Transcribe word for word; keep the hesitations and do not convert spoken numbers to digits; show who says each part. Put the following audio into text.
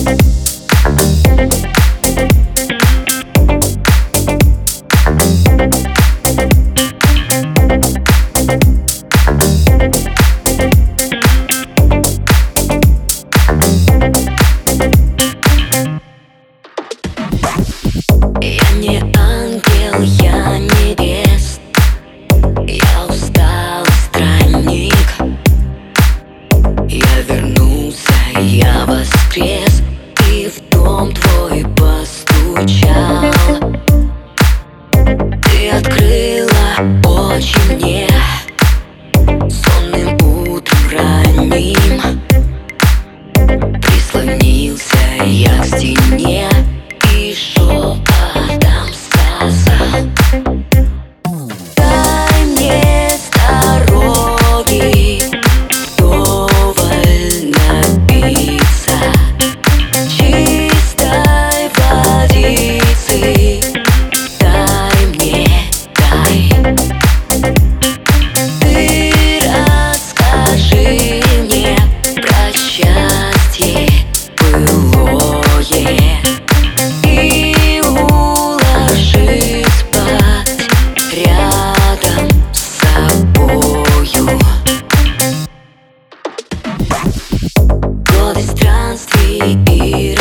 Speaker 1: Я не ангел, я невест, я усталый странник. Я вернулся, я воскрес, и в дом твой постучал. Ты открыла очи мне сонным утром ранним. Прислонился я к стене и шепотом сказал: дай мне с дороги вдоволь напиться чистой водицы. Дай мне, дай. Ты расскажи мне про счастье былое и уложи спать рядом с собою. Годы странствий и